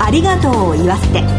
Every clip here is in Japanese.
ありがとうを言わせて。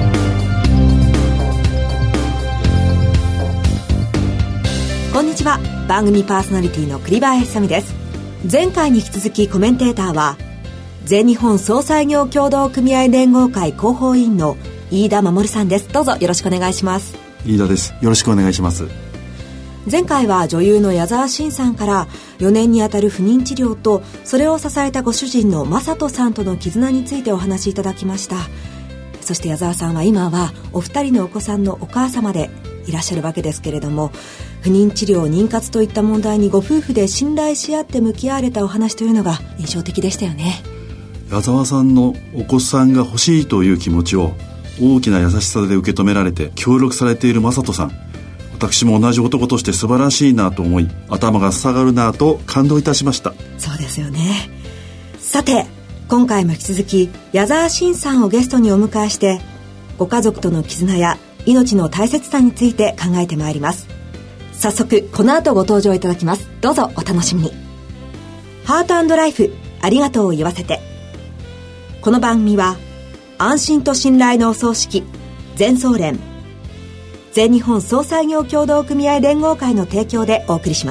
こんにちは、番組パーソナリティの栗林さみです。前回に引き続きコメンテーターは全日本総裁業協同組合連合会広報委員の飯田守さんです。どうぞよろしくお願いします。 飯田です。よろしくお願いします。 前回は女優の矢沢心さんから4年にあたる不妊治療とそれを支えたご主人の正人さんとの絆についてお話しいただきました。そして矢沢さんは今はお二人のお子さんのお母様でいらっしゃるわけですけれども、不妊治療、妊活といった問題にご夫婦で信頼し合って向き合われたお話というのが印象的でしたよね。 矢沢さんのお子さんが欲しいという気持ちを大きな優しさで受け止められて協力されている正人さん、私も同じ男として素晴らしいなと思い、頭が下がるなと感動いたしました。 そうですよね。さて今回も引き続き矢沢心さんをゲストにお迎えしてご家族との絆や命の大切さについて考えてまいります。早速この後ご登場いただきます。どうぞお楽しみに。ハート&ライフ、ありがとうを言わせて。この番組は安心と信頼のお葬式全総連、全日本総裁業協同組合連合会の提供でお送りします。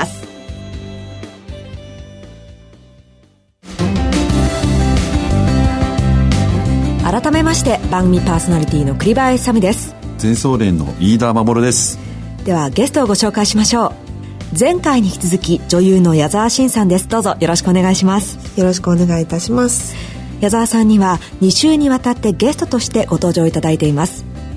改めまして番組パーソナリティの栗林さみです。 全総連の飯田守です。 ではゲストをご紹介しましょう。前回に引き続き女優の矢沢心さんです。どうぞよろしくお願いします。 よろしくお願いいたします。 矢沢さんには2週にわたってゲストとしてご登場いただいています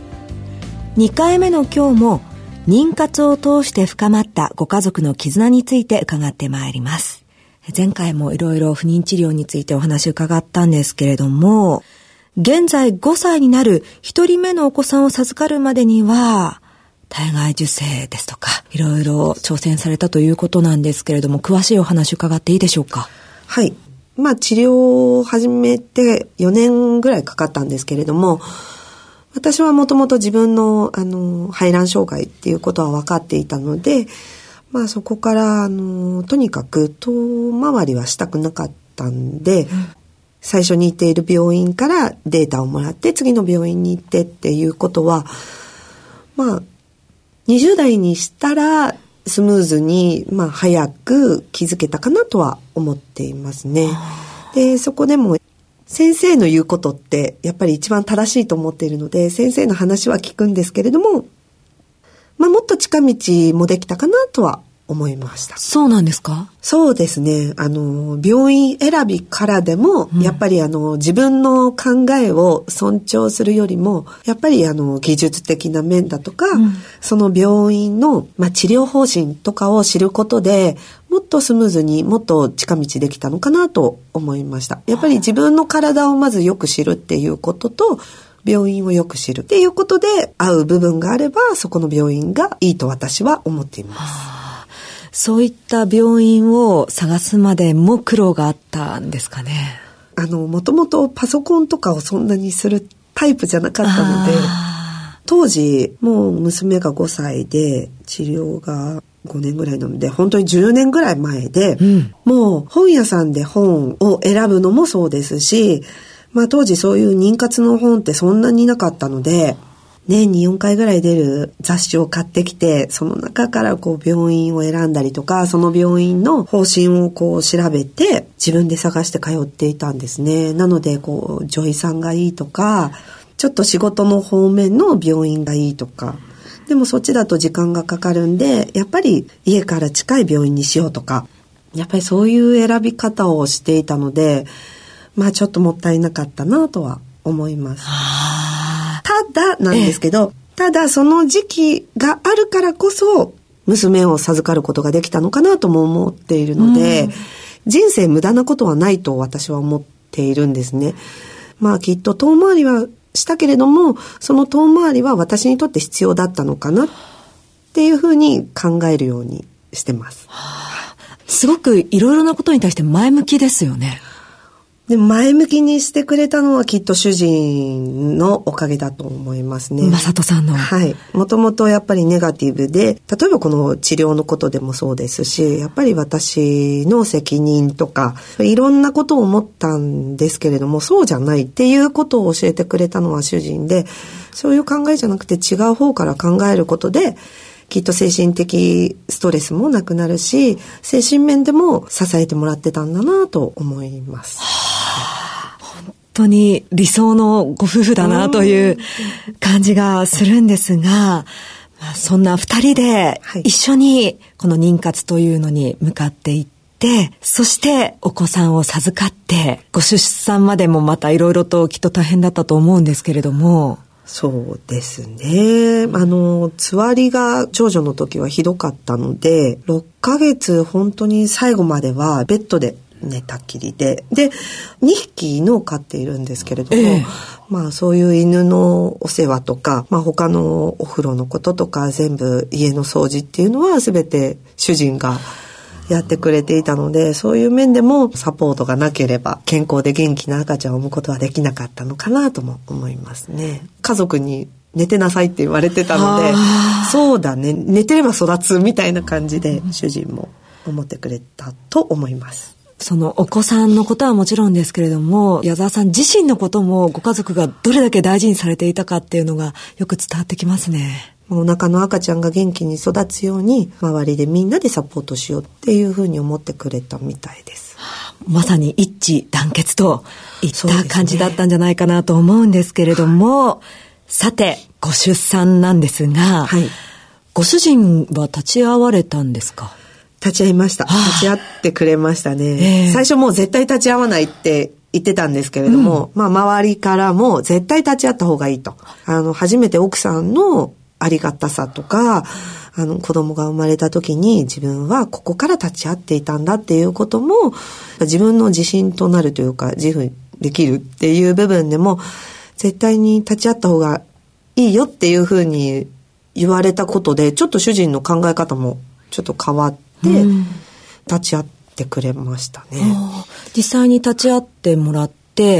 。2回目の今日も妊活を通して深まったご家族の絆について伺ってまいります。前回もいろいろ不妊治療についてお話を伺ったんですけれども、現在5歳になる1人目のお子さんを授かるまでには体外受精ですとかいろいろ挑戦されたということなんですけれども、詳しいお話伺っていいでしょうか。 はい、治療を始めて4年ぐらいかかったんですけれども、私はもともと自分の排卵障害っていうことは分かっていたので、そこからとにかく遠回りはしたくなかったんで、最初に行っている病院からデータをもらって次の病院に行ってっていうことは、20代にしたらスムーズに早く気づけたかなとは思っていますね。で、そこでも先生の言うことってやっぱり一番正しいと思っているので、先生の話は聞くんですけれども、もっと近道もできたかなとは思いました。 そうなんですか？ そうですね。病院選びからでも、やっぱり自分の考えを尊重するよりも、やっぱり技術的な面だとか、その病院の、治療方針とかを知ることで、もっとスムーズにもっと近道できたのかなと思いました。やっぱり自分の体をまずよく知るっていうことと、病院をよく知るっていうことで合う部分があれば、そこの病院がいいと私は思っています。 そういった病院を探すまでも苦労があったんですかね。 もともとパソコンとかをそんなにするタイプじゃなかったので、当時もう娘が5歳で治療が5年ぐらいなので、本当に10年ぐらい前で、もう本屋さんで本を選ぶのもそうですし、当時そういう妊活の本ってそんなになかったので、年に4回ぐらい出る雑誌を買ってきて、その中から病院を選んだりとか、その病院の方針を調べて自分で探して通っていたんですね。なので女医さんがいいとか、ちょっと仕事の方面の病院がいいとか、でもそっちだと時間がかかるんで、やっぱり家から近い病院にしようとか、やっぱりそういう選び方をしていたので、ちょっともったいなかったなとは思います。ただなんですけど、ただその時期があるからこそ娘を授かることができたのかなとも思っているので、人生無駄なことはないと私は思っているんですね。きっと遠回りはしたけれども、その遠回りは私にとって必要だったのかなっていうふうに考えるようにしてます。 すごくいろいろなことに対して前向きですよね。 で前向きにしてくれたのはきっと主人のおかげだと思いますね。 正人さんの。 はい。もともとやっぱりネガティブで、例えばこの治療のことでもそうですし、やっぱり私の責任とか、いろんなことを思ったんですけれども、そうじゃないっていうことを教えてくれたのは主人で、そういう考えじゃなくて違う方から考えることで、きっと精神的ストレスもなくなるし、精神面でも支えてもらってたんだなと思います。 本当に理想のご夫婦だなという感じがするんですが、そんな二人で一緒にこの妊活というのに向かっていって、そしてお子さんを授かって、ご出産までもまたいろいろときっと大変だったと思うんですけれども。 そうですね。つわりが長女の時はひどかったので、6ヶ月本当に最後まではベッドで寝たきりで、2匹犬を飼っているんですけれども、そういう犬のお世話とか、他のお風呂のこととか全部家の掃除っていうのは全て主人がやってくれていたので、そういう面でもサポートがなければ健康で元気な赤ちゃんを産むことはできなかったのかなとも思いますね。家族に寝てなさいって言われてたので、そうだね、寝てれば育つみたいな感じで主人も思ってくれたと思います。 そのお子さんのことはもちろんですけれども、矢沢さん自身のこともご家族がどれだけ大事にされていたかっていうのがよく伝わってきますね。 お腹の赤ちゃんが元気に育つように周りでみんなでサポートしようっていうふうに思ってくれたみたいです。 まさに一致団結といった感じだったんじゃないかなと思うんですけれども、さてご出産なんですが、ご主人は立ち会われたんですか？ 立ち会いました。立ち会ってくれましたね。最初もう絶対立ち会わないって言ってたんですけれども、周りからも絶対立ち会った方がいいと。初めて奥さんのありがたさとか、子供が生まれた時に自分はここから立ち会っていたんだっていうことも自分の自信となるというか、自負できるっていう部分でも絶対に立ち会った方がいいよっていうふうに言われたことで、ちょっと主人の考え方もちょっと変わって立ち会ってくれましたね。 実際に立ち会ってもらって、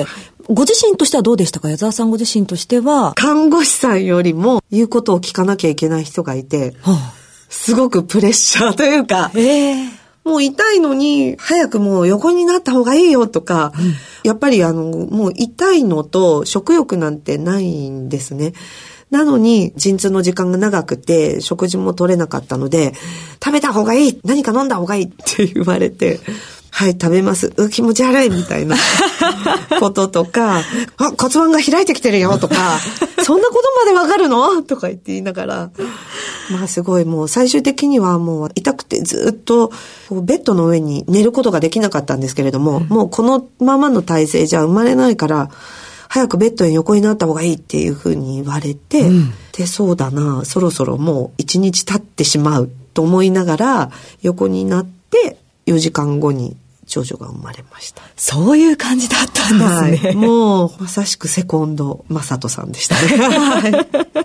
ご自身としてはどうでしたか？矢沢さんご自身としては。 看護師さんよりも言うことを聞かなきゃいけない人がいて、すごくプレッシャーというか、もう痛いのに早くもう横になった方がいいよとか、やっぱりもう痛いのと食欲なんてないんですね。なのに陣痛の時間が長くて食事も取れなかったので、食べた方がいい、何か飲んだ方がいいって言われて、はい、食べます。気持ち悪いみたいなこととか、骨盤が開いてきてるよとか、そんなことまでわかるのとか言って言いながら、すごいもう最終的にはもう痛くてずっとベッドの上に寝ることができなかったんですけれども、もうこのままの体勢じゃ生まれないから、早くベッドに横になった方がいいっていうふうに言われて、で、そうだな、そろそろもう一日経ってしまうと思いながら横になって4時間後に長女が生まれました。 そういう感じだったんですね。 もうまさしくセコンド正人さんでしたね。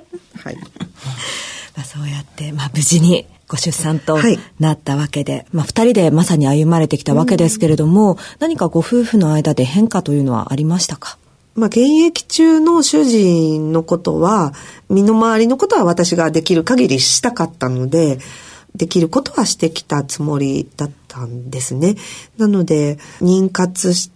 そうやって無事にご出産となったわけで、2人でまさに歩まれてきたわけですけれども、何かご夫婦の間で変化というのはありましたか？ 現役中の主人のことは、身の回りのことは私ができる限りしたかったので、できることはしてきたつもりだったんですね。なので、妊活して、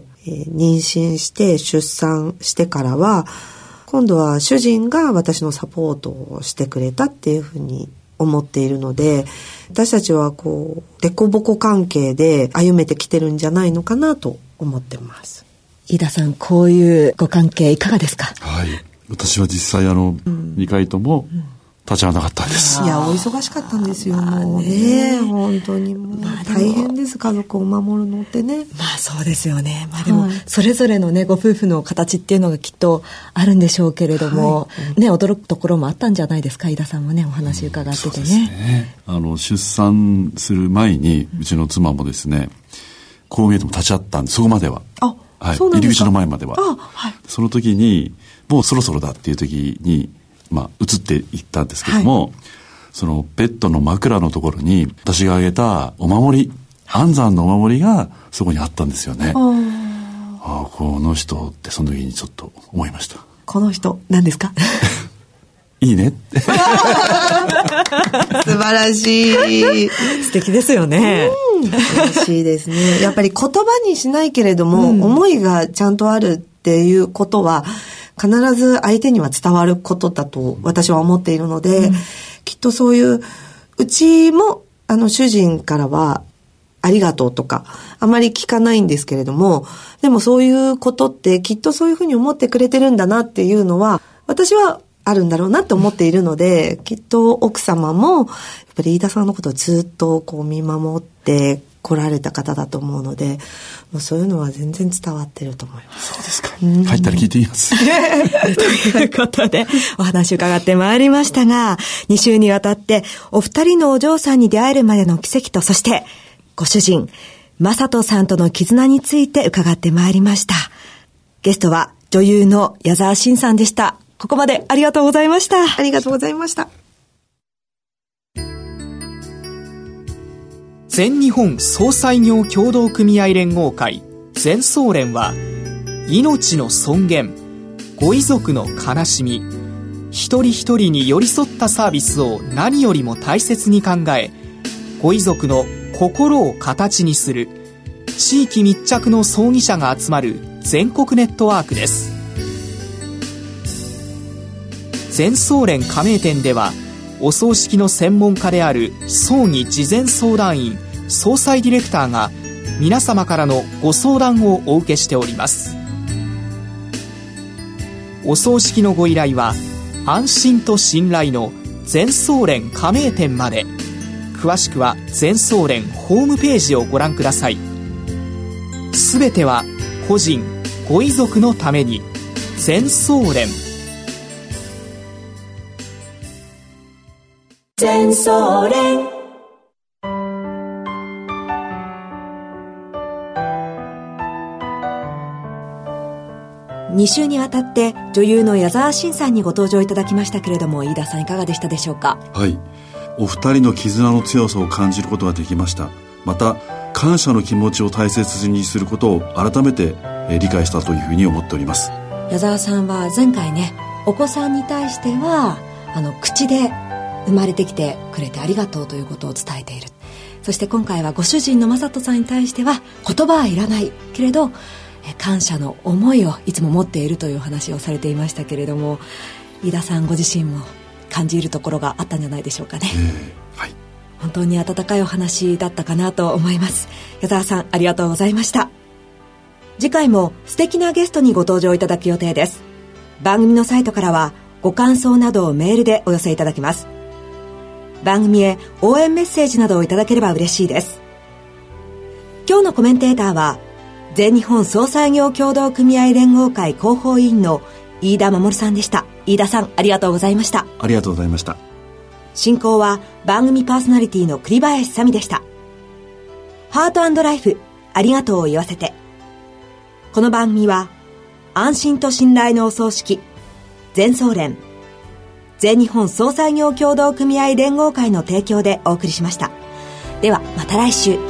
妊娠して出産してからは、今度は主人が私のサポートをしてくれたっていうふうに思っているので、私たちはデコボコ関係で歩めてきてるんじゃないのかなと思ってます。 飯田さん、こういうご関係いかがですか？ はい、私は実際2回とも立ち会わなかったんです。 いや、お忙しかったんですよ。もうね、本当にもう大変です。家族を守るのってね。 そうですよね。でも、それぞれのね、ご夫婦の形っていうのがきっとあるんでしょうけれども、驚くところもあったんじゃないですか？飯田さんもね、お話伺っててね。そうですね。 出産する前にうちの妻もですね、こう見えても立ち会ったんで、そこまでは。入り口の前までは。その時にもうそろそろだっていう時に移っていったんですけども、そのベッドの枕のところに私があげたお守り、安産のお守りがそこにあったんですよね。 この人ってその時にちょっと思いました。 この人何ですか？ いいねって素晴らしい。 素敵ですよね。 嬉しいですね。やっぱり言葉にしないけれども、思いがちゃんとあるっていうことは必ず相手には伝わることだと私は思っているので、きっとそういううちも主人からはありがとうとかあまり聞かないんですけれども、でもそういうことってきっとそういうふうに思ってくれてるんだなっていうのは私はあるんだろうなって思っているので、きっと奥様もやっぱり飯田さんのことをずっと見守って来られた方だと思うので、もうそういうのは全然伝わってると思います。 そうですか。帰ったら聞いてみます。 ということでお話伺ってまいりましたが、2週にわたってお二人のお嬢さんに出会えるまでの奇跡と、そしてご主人正人さんとの絆について伺ってまいりました。ゲストは女優の矢沢心さんでした。ここまでありがとうございました。 ありがとうございました。 全日本総裁業協同組合連合会全総連は、命の尊厳、ご遺族の悲しみ、一人一人に寄り添ったサービスを何よりも大切に考え、ご遺族の心を形にする地域密着の葬儀社が集まる全国ネットワークです。全総連加盟店では、お葬式の専門家である葬儀事前相談員、葬祭ディレクターが皆様からのご相談をお受けしております。お葬式のご依頼は安心と信頼の全総連加盟店まで。詳しくは全総連ホームページをご覧ください。すべては個人ご遺族のために。全総連。 全総連。2週にわたって女優の矢沢心さんにご登場いただきましたけれども、飯田さんいかがでしたでしょうか？ はい、お二人の絆の強さを感じることができました。また感謝の気持ちを大切にすることを改めて理解したというふうに思っております。 矢沢さんは前回ね、お子さんに対しては口で生まれてきてくれてありがとうということを伝えている。そして今回はご主人の正人さんに対しては言葉はいらないけれど感謝の思いをいつも持っているという話をされていましたけれども、飯田さんご自身も感じるところがあったんじゃないでしょうかね。 はい、 本当に温かいお話だったかなと思います。矢沢さんありがとうございました。次回も素敵なゲストにご登場いただく予定です。番組のサイトからはご感想などをメールでお寄せいただきます。番組へ応援メッセージなどをいただければ嬉しいです。今日のコメンテーターは全日本総裁業協同組合連合会広報委員の飯田守さんでした。飯田さんありがとうございました。 ありがとうございました。 進行は番組パーソナリティの栗林さみでした。ハート&ライフ、ありがとうを言わせて。この番組は安心と信頼のお葬式全総連、全日本総裁業協同組合連合会の提供でお送りしました。ではまた来週。